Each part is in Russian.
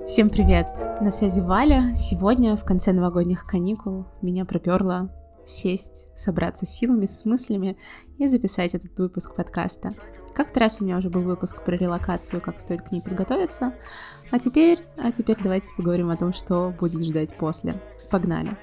Всем привет! На связи Валя. Сегодня, в конце новогодних каникул, меня проперло сесть, собраться силами, с мыслями и записать этот выпуск подкаста. Как-то раз у меня уже был выпуск про релокацию, как стоит к ней подготовиться. А теперь давайте поговорим о том, что будет ждать после. Погнали!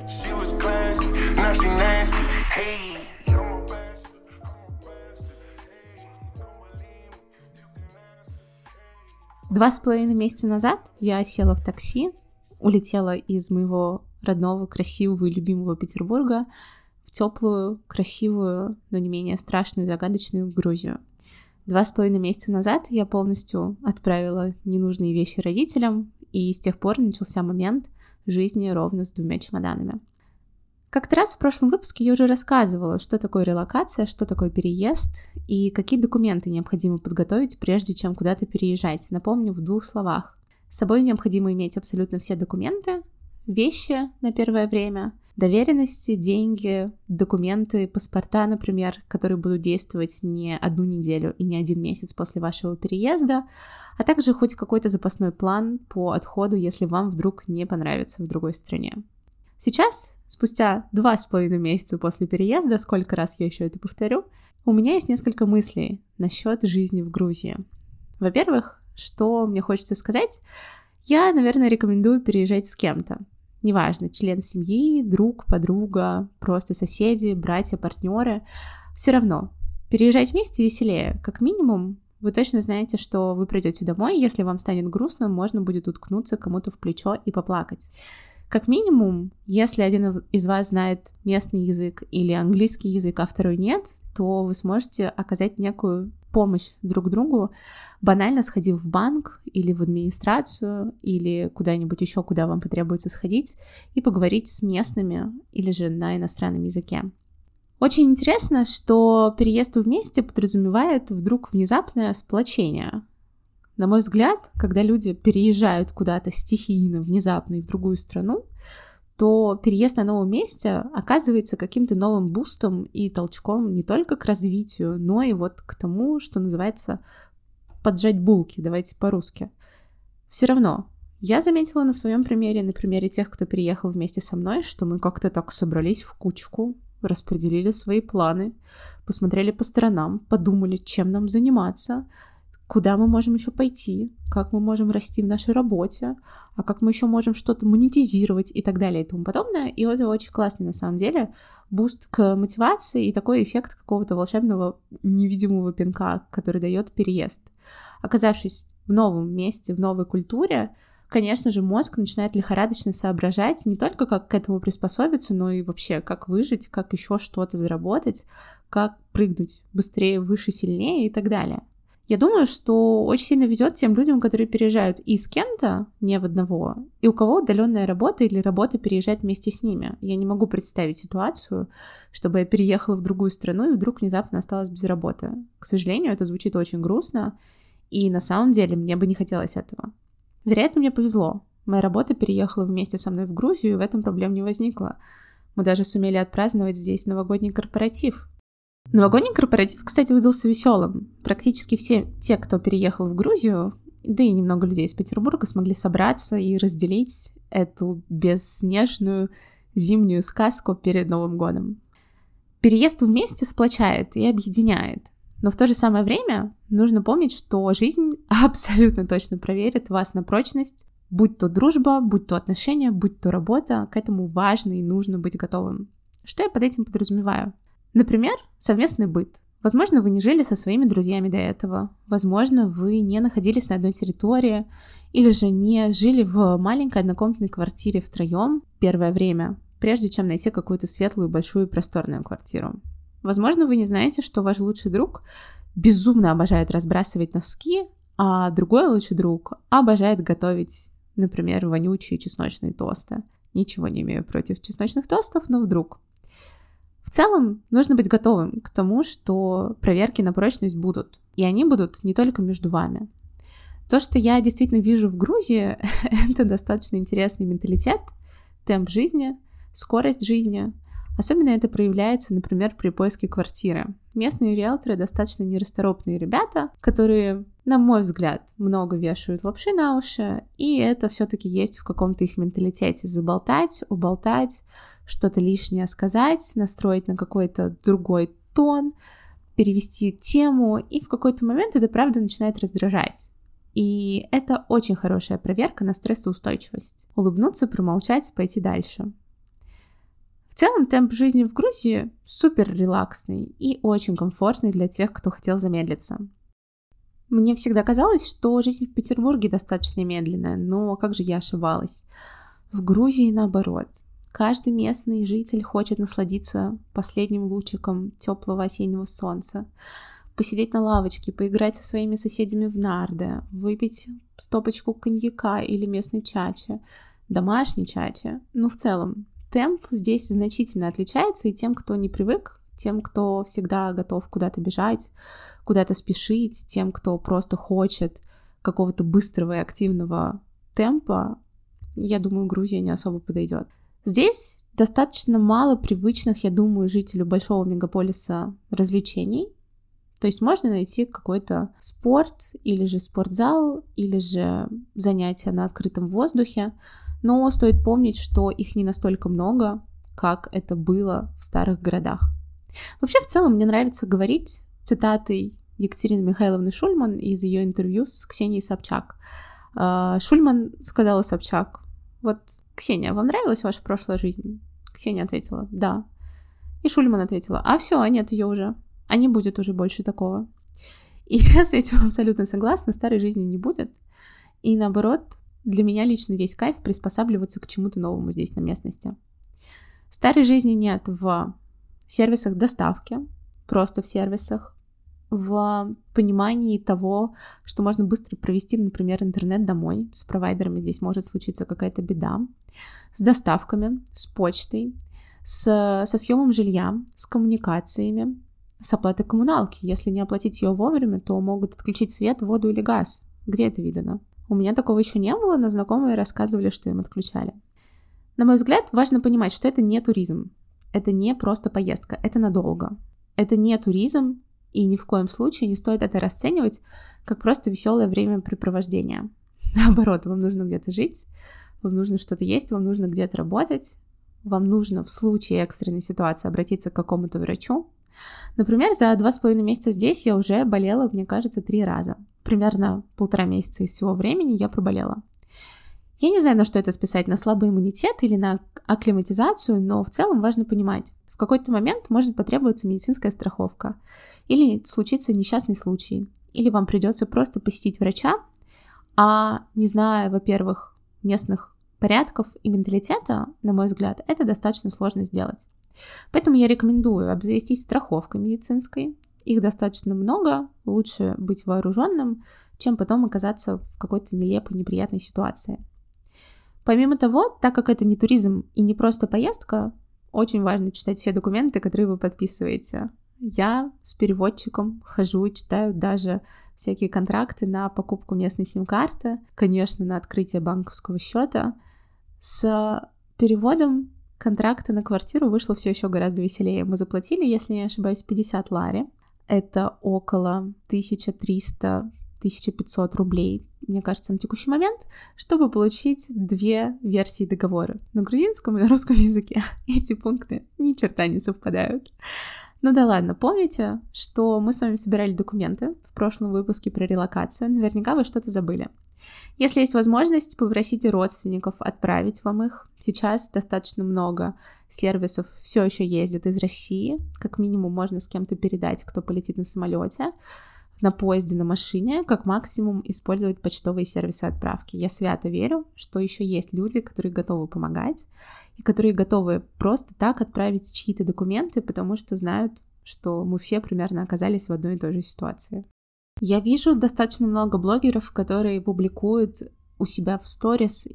Два с половиной месяца назад я села в такси, улетела из моего родного, красивого и любимого Петербурга в теплую, красивую, но не менее страшную и загадочную Грузию. 2,5 месяца назад я полностью отправила ненужные вещи родителям, и с тех пор начался момент жизни ровно с 2 чемоданами. Как-то раз в прошлом выпуске я уже рассказывала, что такое релокация, что такое переезд и какие документы необходимо подготовить, прежде чем куда-то переезжать. Напомню в 2 словах. С собой необходимо иметь абсолютно все документы, вещи на первое время, доверенности, деньги, документы, паспорта, например, которые будут действовать не 1 неделю и не 1 месяц после вашего переезда, а также хоть какой-то запасной план по отходу, если вам вдруг не понравится в другой стране. Сейчас, спустя 2,5 месяца после переезда, сколько раз я еще это повторю, у меня есть несколько мыслей насчет жизни в Грузии. Во-первых, что мне хочется сказать, я, наверное, рекомендую переезжать с кем-то. Неважно, член семьи, друг, подруга, просто соседи, братья, партнеры. Все равно, переезжать вместе веселее. Как минимум, вы точно знаете, что вы придете домой, если вам станет грустно, можно будет уткнуться кому-то в плечо и поплакать. Как минимум, если один из вас знает местный язык или английский язык, а второй нет, то вы сможете оказать некую помощь друг другу, банально сходив в банк или в администрацию, или куда-нибудь еще, куда вам потребуется сходить, и поговорить с местными или же на иностранном языке. Очень интересно, что переезд вместе подразумевает вдруг внезапное сплочение. На мой взгляд, когда люди переезжают куда-то стихийно, внезапно и в другую страну, то переезд на новом месте оказывается каким-то новым бустом и толчком не только к развитию, но и вот к тому, что называется поджать булки, давайте по-русски. Все равно, я заметила на своем примере, на примере тех, кто переехал вместе со мной, что мы как-то так собрались в кучку, распределили свои планы, посмотрели по сторонам, подумали, чем нам заниматься, куда мы можем еще пойти, как мы можем расти в нашей работе, а как мы еще можем что-то монетизировать и так далее и тому подобное. И это очень классный, на самом деле, буст к мотивации и такой эффект какого-то волшебного невидимого пинка, который дает переезд. Оказавшись в новом месте, в новой культуре, конечно же, мозг начинает лихорадочно соображать не только, как к этому приспособиться, но и вообще, как выжить, как еще что-то заработать, как прыгнуть быстрее, выше, сильнее и так далее. Я думаю, что очень сильно везет тем людям, которые переезжают и с кем-то, не в одного, и у кого удаленная работа или работа переезжает вместе с ними. Я не могу представить ситуацию, чтобы я переехала в другую страну и вдруг внезапно осталась без работы. К сожалению, это звучит очень грустно, и на самом деле мне бы не хотелось этого. Вероятно, мне повезло. Моя работа переехала вместе со мной в Грузию, и в этом проблем не возникло. Мы даже сумели отпраздновать здесь новогодний корпоратив. Новогодний корпоратив, кстати, выдался веселым. Практически все те, кто переехал в Грузию, да и немного людей из Петербурга, смогли собраться и разделить эту бесснежную зимнюю сказку перед Новым годом. Переезд вместе сплочает и объединяет. Но в то же самое время нужно помнить, что жизнь абсолютно точно проверит вас на прочность. Будь то дружба, будь то отношения, будь то работа, к этому важно и нужно быть готовым. Что я под этим подразумеваю? Например, совместный быт. Возможно, вы не жили со своими друзьями до этого. Возможно, вы не находились на одной территории или же не жили в маленькой однокомнатной квартире втроем первое время, прежде чем найти какую-то светлую, большую, просторную квартиру. Возможно, вы не знаете, что ваш лучший друг безумно обожает разбрасывать носки, а другой лучший друг обожает готовить, например, вонючие чесночные тосты. Ничего не имею против чесночных тостов, но вдруг. В целом, нужно быть готовым к тому, что проверки на прочность будут. И они будут не только между вами. То, что я действительно вижу в Грузии, это достаточно интересный менталитет, темп жизни, скорость жизни, Особенно это проявляется, например, при поиске квартиры. Местные риэлторы достаточно нерасторопные ребята, которые, на мой взгляд, много вешают лапши на уши, и это все-таки есть в каком-то их менталитете. Заболтать, уболтать, что-то лишнее сказать, настроить на какой-то другой тон, перевести тему, и в какой-то момент это правда начинает раздражать. И это очень хорошая проверка на стрессоустойчивость. Улыбнуться, промолчать, пойти дальше. В целом, темп жизни в Грузии супер релаксный и очень комфортный для тех, кто хотел замедлиться. Мне всегда казалось, что жизнь в Петербурге достаточно медленная, но как же я ошибалась. В Грузии наоборот. Каждый местный житель хочет насладиться последним лучиком теплого осеннего солнца, посидеть на лавочке, поиграть со своими соседями в нарды, выпить стопочку коньяка или местной чачи, домашней чачи. В целом, темп здесь значительно отличается, и тем, кто не привык, тем, кто всегда готов куда-то бежать, куда-то спешить, тем, кто просто хочет какого-то быстрого и активного темпа, я думаю, Грузия не особо подойдет. Здесь достаточно мало привычных, я думаю, жителю большого мегаполиса развлечений. То есть можно найти какой-то спорт, или же спортзал, или же занятия на открытом воздухе, но стоит помнить, что их не настолько много, как это было в старых городах. Вообще, в целом, мне нравится говорить цитатой Екатерины Михайловны Шульман из ее интервью с Ксенией Собчак. Шульман сказала Собчак: вот, Ксения, вам нравилась ваша прошлая жизнь? Ксения ответила: да. И Шульман ответила: а все, нет ее уже. А не будет уже больше такого. И я с этим абсолютно согласна, старой жизни не будет. И наоборот, для меня лично весь кайф приспосабливаться к чему-то новому здесь на местности. Старой жизни нет в сервисах доставки, просто в сервисах, в понимании того, что можно быстро провести, например, интернет домой. С провайдерами здесь может случиться какая-то беда. С доставками, с почтой, со съемом жилья, с коммуникациями, с оплатой коммуналки. Если не оплатить ее вовремя, то могут отключить свет, воду или газ. Где это видано? У меня такого еще не было, но знакомые рассказывали, что им отключали. На мой взгляд, важно понимать, что это не туризм. Это не просто поездка, это надолго. Это не туризм, и ни в коем случае не стоит это расценивать как просто веселое времяпрепровождение. Наоборот, вам нужно где-то жить, вам нужно что-то есть, вам нужно где-то работать, вам нужно в случае экстренной ситуации обратиться к какому-то врачу. Например, за 2,5 месяца здесь я уже болела, мне кажется, 3 раза. Примерно 1,5 месяца из всего времени я проболела. Я не знаю, на что это списать, на слабый иммунитет или на акклиматизацию, но в целом важно понимать, в какой-то момент может потребоваться медицинская страховка, или случится несчастный случай, или вам придется просто посетить врача, а не зная, во-первых, местных порядков и менталитета, на мой взгляд, это достаточно сложно сделать. Поэтому я рекомендую обзавестись страховкой медицинской. Их достаточно много, лучше быть вооруженным, чем потом оказаться в какой-то нелепой, неприятной ситуации. Помимо того, так как это не туризм и не просто поездка, очень важно читать все документы, которые вы подписываете. Я с переводчиком хожу и читаю даже всякие контракты на покупку местной сим-карты, конечно, на открытие банковского счета. С переводом контракта на квартиру вышло все еще гораздо веселее. Мы заплатили, если не ошибаюсь, 50 лари. Это около 1300-1500 рублей, мне кажется, на текущий момент, чтобы получить 2 версии договора. На грузинском и на русском языке. Эти пункты ни черта не совпадают. Ну да ладно, помните, что мы с вами собирали документы в прошлом выпуске про релокацию? Наверняка вы что-то забыли. Если есть возможность, попросите родственников отправить вам их. Сейчас достаточно много сервисов все еще ездят из России. Как минимум можно с кем-то передать, кто полетит на самолете, на поезде, на машине, как максимум использовать почтовые сервисы отправки. Я свято верю, что еще есть люди, которые готовы помогать и которые готовы просто так отправить чьи-то документы, потому что знают, что мы все примерно оказались в одной и той же ситуации. Я вижу достаточно много блогеров, которые публикуют у себя в сторис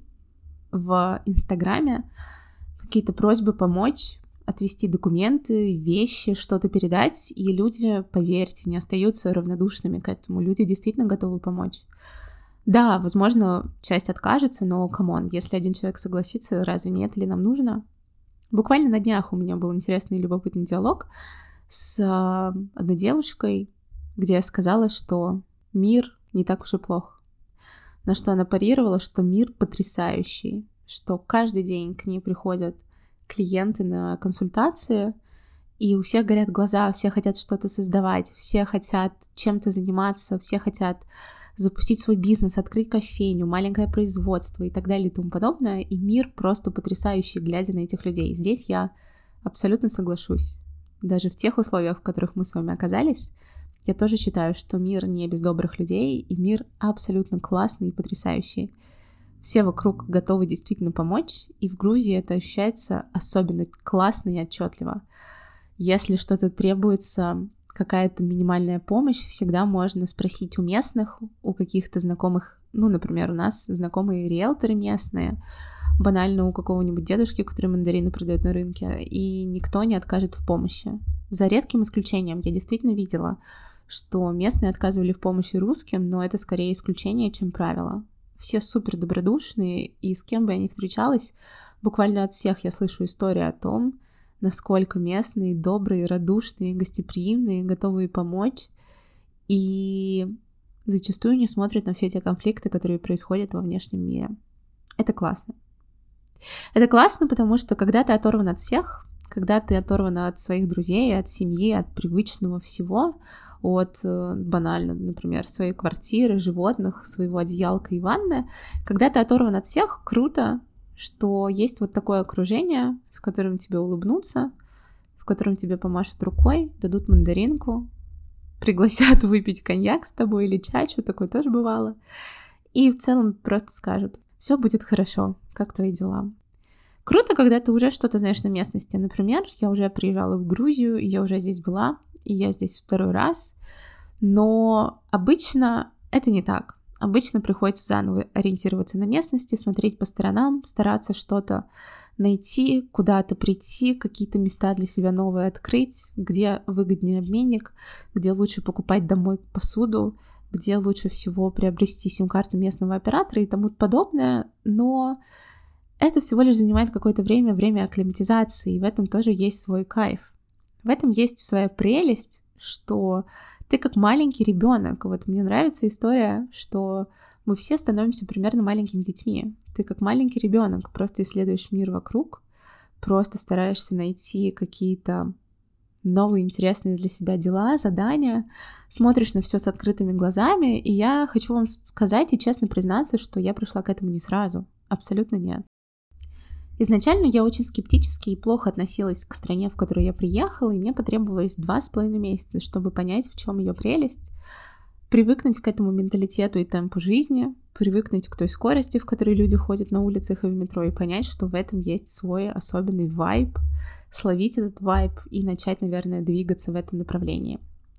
в Инстаграме какие-то просьбы помочь, отвезти документы, вещи, что-то передать, и люди, поверьте, не остаются равнодушными к этому. Люди действительно готовы помочь. Да, возможно, часть откажется, но, камон, если один человек согласится, разве не это ли нам нужно? Буквально на днях у меня был интересный и любопытный диалог с одной девушкой, где я сказала, что мир не так уж и плох. На что она парировала, что мир потрясающий, что каждый день к ней приходят клиенты на консультации, и у всех горят глаза, все хотят что-то создавать, все хотят чем-то заниматься, все хотят запустить свой бизнес, открыть кофейню, маленькое производство и так далее и тому подобное. И мир просто потрясающий, глядя на этих людей. Здесь я абсолютно соглашусь. Даже в тех условиях, в которых мы с вами оказались, я тоже считаю, что мир не без добрых людей, и мир абсолютно классный и потрясающий. Все вокруг готовы действительно помочь, и в Грузии это ощущается особенно классно и отчетливо. Если что-то требуется, какая-то минимальная помощь, всегда можно спросить у местных, у каких-то знакомых, например, у нас знакомые риэлторы местные, банально у какого-нибудь дедушки, который мандарины продает на рынке, и никто не откажет в помощи. За редким исключением я действительно видела, что местные отказывали в помощи русским, но это скорее исключение, чем правило. Все супер добродушные, и с кем бы я ни встречалась, буквально от всех я слышу истории о том, насколько местные, добрые, радушные, гостеприимные, готовые помочь, и зачастую не смотрят на все те конфликты, которые происходят во внешнем мире. Это классно. Это классно, потому что когда ты оторван от всех, когда ты оторван от своих друзей, от семьи, от привычного всего, от, банально, например, своей квартиры, животных, своего одеялка и ванны, когда ты оторван от всех, круто, что есть вот такое окружение, в котором тебе улыбнутся, в котором тебе помашут рукой, дадут мандаринку, пригласят выпить коньяк с тобой или чачу, такое тоже бывало, и в целом просто скажут: все будет хорошо, как твои дела? Круто, когда ты уже что-то знаешь на местности. Например, я уже приезжала в Грузию, и я уже здесь была, и я здесь второй раз, но обычно это не так. Обычно приходится заново ориентироваться на местности, смотреть по сторонам, стараться что-то найти, куда-то прийти, какие-то места для себя новые открыть, где выгоднее обменник, где лучше покупать домой посуду, где лучше всего приобрести сим-карту местного оператора и тому подобное, но это всего лишь занимает какое-то время акклиматизации, и в этом тоже есть свой кайф. В этом есть своя прелесть, что ты как маленький ребенок. Вот мне нравится история, что мы все становимся примерно маленькими детьми. Ты как маленький ребенок, просто исследуешь мир вокруг, просто стараешься найти какие-то новые интересные для себя дела, задания, смотришь на все с открытыми глазами, и я хочу вам сказать и честно признаться, что я пришла к этому не сразу. Абсолютно нет. Изначально я очень скептически и плохо относилась к стране, в которую я приехала, и мне потребовалось 2,5 месяца, чтобы понять, в чем ее прелесть, привыкнуть к этому менталитету и темпу жизни, привыкнуть к той скорости, в которой люди ходят на улицах и в метро, и понять, что в этом есть свой особенный вайб, словить этот вайб и начать, наверное, двигаться в этом направлении.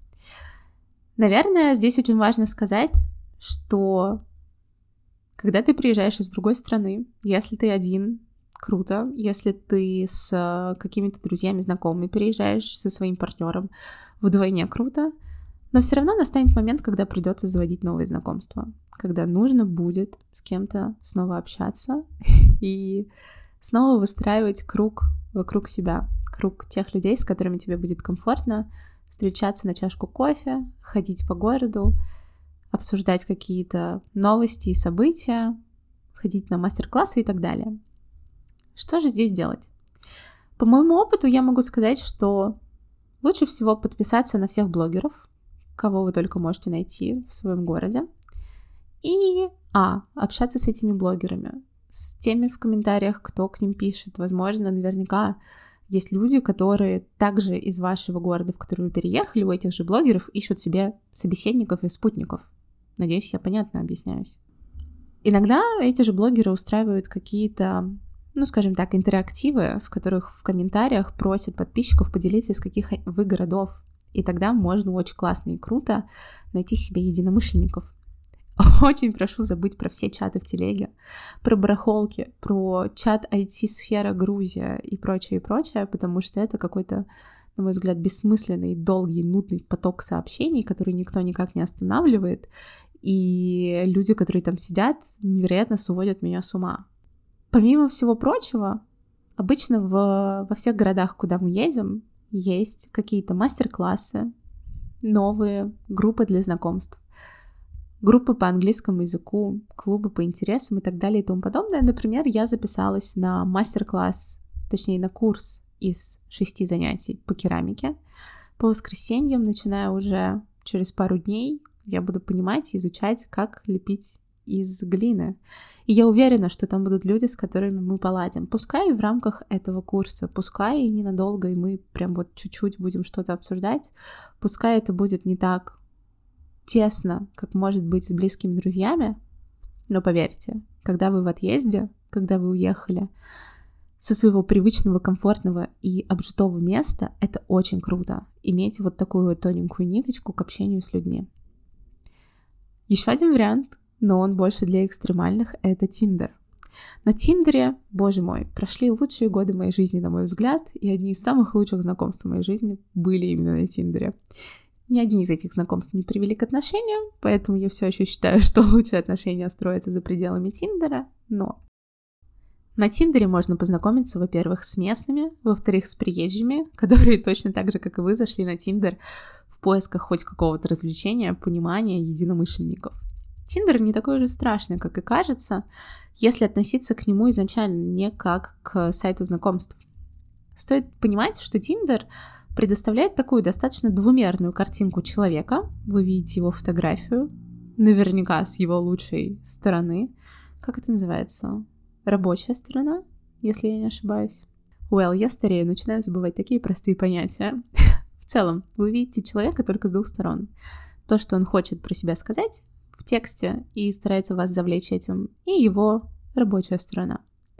Наверное, здесь очень важно сказать, что когда ты приезжаешь из другой страны, если ты один, круто. Если ты с какими-то друзьями, знакомыми переезжаешь, со своим партнером, вдвойне круто. Но все равно настанет момент, когда придется заводить новые знакомства, когда нужно будет с кем-то снова общаться и снова выстраивать круг вокруг себя, круг тех людей, с которыми тебе будет комфортно встречаться на чашку кофе, ходить по городу, обсуждать какие-то новости и события, ходить на мастер-классы и так далее. Что же здесь делать? По моему опыту я могу сказать, что лучше всего подписаться на всех блогеров, кого вы только можете найти в своем городе, и общаться с этими блогерами, с теми в комментариях, кто к ним пишет. Возможно, наверняка есть люди, которые также из вашего города, в который вы переехали, у этих же блогеров ищут себе собеседников и спутников. Надеюсь, я понятно объясняюсь. Иногда эти же блогеры устраивают какие-то, скажем так, интерактивы, в которых в комментариях просят подписчиков поделиться, из каких вы городов. И тогда можно очень классно и круто найти себе единомышленников. Очень прошу забыть про все чаты в телеге, про барахолки, про чат IT-сфера Грузия и прочее, потому что это какой-то, на мой взгляд, бессмысленный, долгий, нудный поток сообщений, который никто никак не останавливает. И люди, которые там сидят, невероятно сводят меня с ума. Помимо всего прочего, Обычно во всех городах, куда мы едем, есть какие-то мастер-классы, новые группы для знакомств, группы по английскому языку, клубы по интересам и так далее и тому подобное. Например, я записалась на мастер-класс, точнее на курс из 6 занятий по керамике. По воскресеньям, начиная уже через пару дней, я буду понимать и изучать, как лепить из глины. И я уверена, что там будут люди, с которыми мы поладим. Пускай в рамках этого курса, пускай и ненадолго, и мы прям вот чуть-чуть будем что-то обсуждать. Пускай это будет не так тесно, как может быть с близкими друзьями, но поверьте, когда вы в отъезде, когда вы уехали со своего привычного, комфортного и обжитого места, это очень круто, иметь вот такую вот тоненькую ниточку к общению с людьми. Еще один вариант, но он больше для экстремальных, это Tinder. На Тиндере, боже мой, прошли лучшие годы моей жизни, на мой взгляд, и одни из самых лучших знакомств в моей жизни были именно на Тиндере. Ни одни из этих знакомств не привели к отношениям, поэтому я все еще считаю, что лучшие отношения строятся за пределами Тиндера, но на Тиндере можно познакомиться, во-первых, с местными, во-вторых, с приезжими, которые точно так же, как и вы, зашли на Тиндер в поисках хоть какого-то развлечения, понимания, единомышленников. Тиндер не такой же страшный, как и кажется, если относиться к нему изначально не как к сайту знакомств. Стоит понимать, что Тиндер предоставляет такую достаточно двумерную картинку человека. Вы видите его фотографию, наверняка с его лучшей стороны. Как это называется? Рабочая сторона, если я не ошибаюсь. Я старею, начинаю забывать такие простые понятия. В целом, вы видите человека только с двух сторон. То, что он хочет про себя сказать в тексте и старается вас завлечь этим, и его рабочая сторона.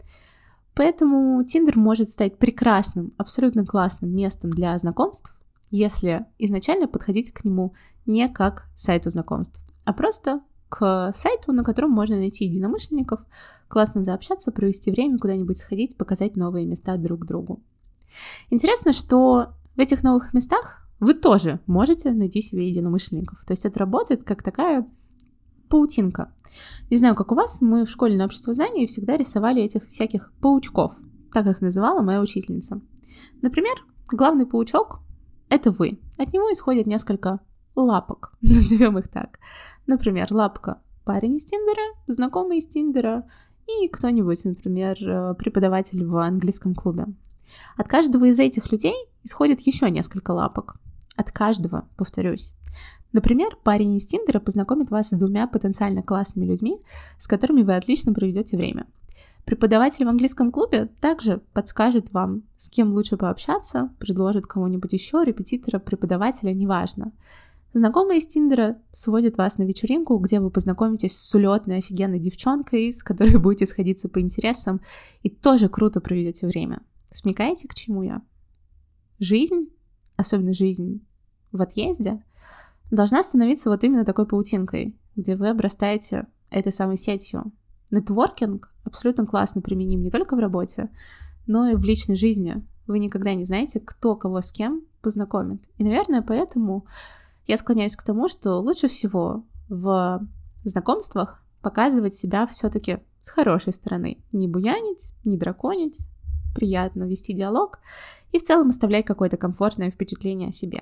Поэтому Tinder может стать прекрасным, абсолютно классным местом для знакомств, если изначально подходить к нему не как к сайту знакомств, а просто к сайту, на котором можно найти единомышленников, классно заобщаться, провести время, куда-нибудь сходить, показать новые места друг другу. Интересно, что в этих новых местах вы тоже можете найти себе единомышленников. То есть это работает как такая паутинка. Не знаю, как у вас, мы в школе на обществознании всегда рисовали этих всяких паучков. Так их называла моя учительница. Например, главный паучок — это вы. От него исходит несколько лапок, назовем их так. Например, лапка парень из Тиндера, знакомый из Тиндера и кто-нибудь, например, преподаватель в английском клубе. От каждого из этих людей исходит еще несколько лапок. От каждого, повторюсь. Например, парень из Тиндера познакомит вас с 2 потенциально классными людьми, с которыми вы отлично проведете время. Преподаватель в английском клубе также подскажет вам, с кем лучше пообщаться, предложит кого-нибудь еще, репетитора, преподавателя, неважно. Знакомый из Тиндера сводит вас на вечеринку, где вы познакомитесь с улетной офигенной девчонкой, с которой будете сходиться по интересам, и тоже круто проведете время. Смекаете, к чему я? Жизнь, особенно жизнь в отъезде, должна становиться вот именно такой паутинкой, где вы обрастаете этой самой сетью. Нетворкинг абсолютно классно применим не только в работе, но и в личной жизни. Вы никогда не знаете, кто кого с кем познакомит. И, наверное, поэтому я склоняюсь к тому, что лучше всего в знакомствах показывать себя все-таки с хорошей стороны. Не буянить, не драконить, приятно вести диалог и в целом оставлять какое-то комфортное впечатление о себе.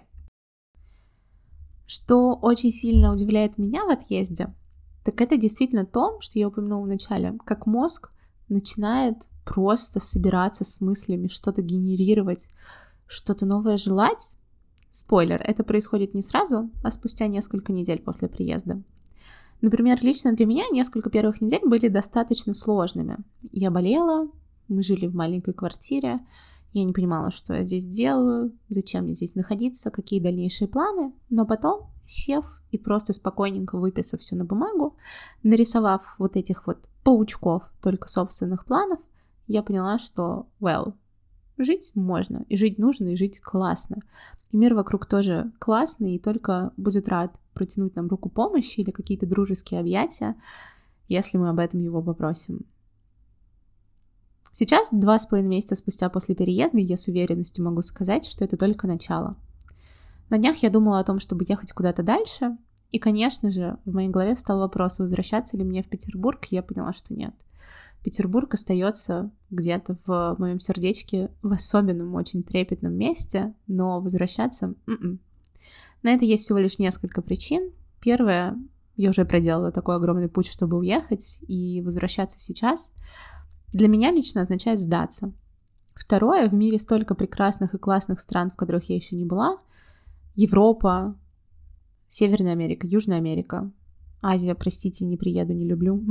Что очень сильно удивляет меня в отъезде, так это действительно то, что я упомянула в начале, как мозг начинает просто собираться с мыслями, что-то генерировать, что-то новое желать. Спойлер, это происходит не сразу, а спустя несколько недель после приезда. Например, лично для меня несколько первых недель были достаточно сложными. Я болела, мы жили в маленькой квартире, я не понимала, что я здесь делаю, зачем мне здесь находиться, какие дальнейшие планы, но потом, сев и просто спокойненько выписав все на бумагу, нарисовав вот этих вот паучков, только собственных планов, я поняла, что, жить можно, и жить нужно, и жить классно. И мир вокруг тоже классный, и только будет рад протянуть нам руку помощи или какие-то дружеские объятия, если мы об этом его попросим. Сейчас, 2,5 месяца спустя после переезда, я с уверенностью могу сказать, что это только начало. На днях я думала о том, чтобы ехать куда-то дальше, и, конечно же, в моей голове встал вопрос, возвращаться ли мне в Петербург, и я поняла, что нет. Петербург остается где-то в моем сердечке в особенном, очень трепетном месте, но возвращаться... На это есть всего лишь несколько причин. Первое, я уже проделала такой огромный путь, чтобы уехать, и возвращаться сейчас для меня лично означает сдаться. Второе, в мире столько прекрасных и классных стран, в которых я еще не была. Европа, Северная Америка, Южная Америка, Азия, простите, не приеду, не люблю.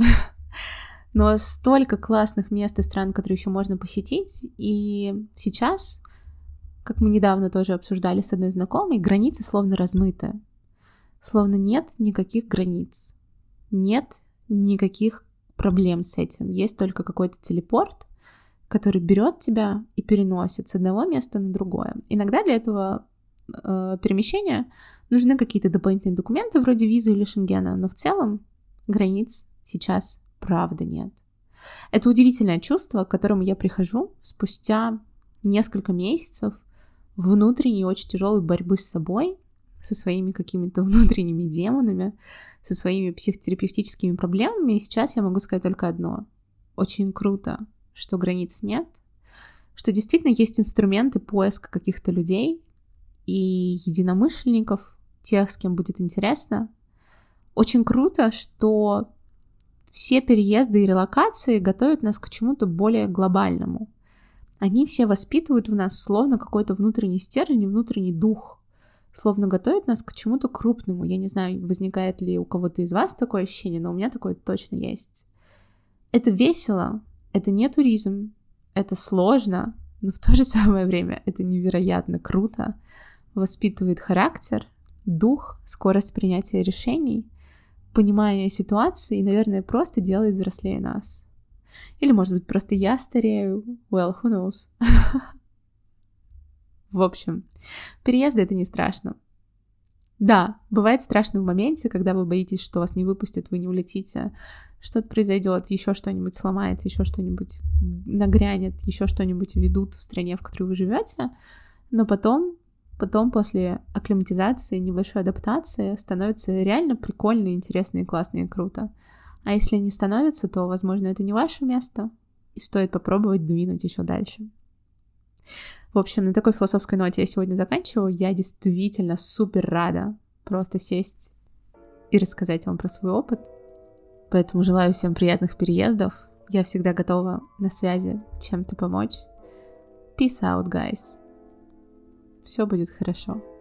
Но столько классных мест и стран, которые еще можно посетить. И сейчас, как мы недавно тоже обсуждали с одной знакомой, границы словно размыты. Словно нет никаких границ. Нет никаких проблем с этим. Есть только какой-то телепорт, который берет тебя и переносит с одного места на другое. Иногда для этого перемещения нужны какие-то дополнительные документы, вроде визы или шенгена, но в целом границ сейчас правда нет. Это удивительное чувство, к которому я прихожу спустя несколько месяцев внутренней очень тяжелой борьбы с собой, со своими какими-то внутренними демонами, со своими психотерапевтическими проблемами. И сейчас я могу сказать только одно. Очень круто, что границ нет, что действительно есть инструменты поиска каких-то людей и единомышленников, тех, с кем будет интересно. Очень круто, что все переезды и релокации готовят нас к чему-то более глобальному. Они все воспитывают в нас словно какой-то внутренний стержень и внутренний дух, словно готовят нас к чему-то крупному. Я не знаю, возникает ли у кого-то из вас такое ощущение, но у меня такое точно есть. Это весело, это не туризм, это сложно, но в то же самое время это невероятно круто, воспитывает характер, дух, скорость принятия решений, понимание ситуации и, наверное, просто делает взрослее нас. Или, может быть, просто я старею. Well, who knows? В общем, переезды — это не страшно. Да, бывает страшно в моменте, когда вы боитесь, что вас не выпустят, вы не улетите, что-то произойдет, еще что-нибудь сломается, еще что-нибудь нагрянет, еще что-нибудь введут в стране, в которой вы живете, но потом, после акклиматизации, небольшой адаптации, становится реально прикольно, интересно и классно и круто. А если не становится, то, возможно, это не ваше место, и стоит попробовать двинуть еще дальше. В общем, на такой философской ноте я сегодня заканчиваю. Я действительно супер рада просто сесть и рассказать вам про свой опыт. Поэтому желаю всем приятных переездов. Я всегда готова на связи чем-то помочь. Peace out, guys. Все будет хорошо.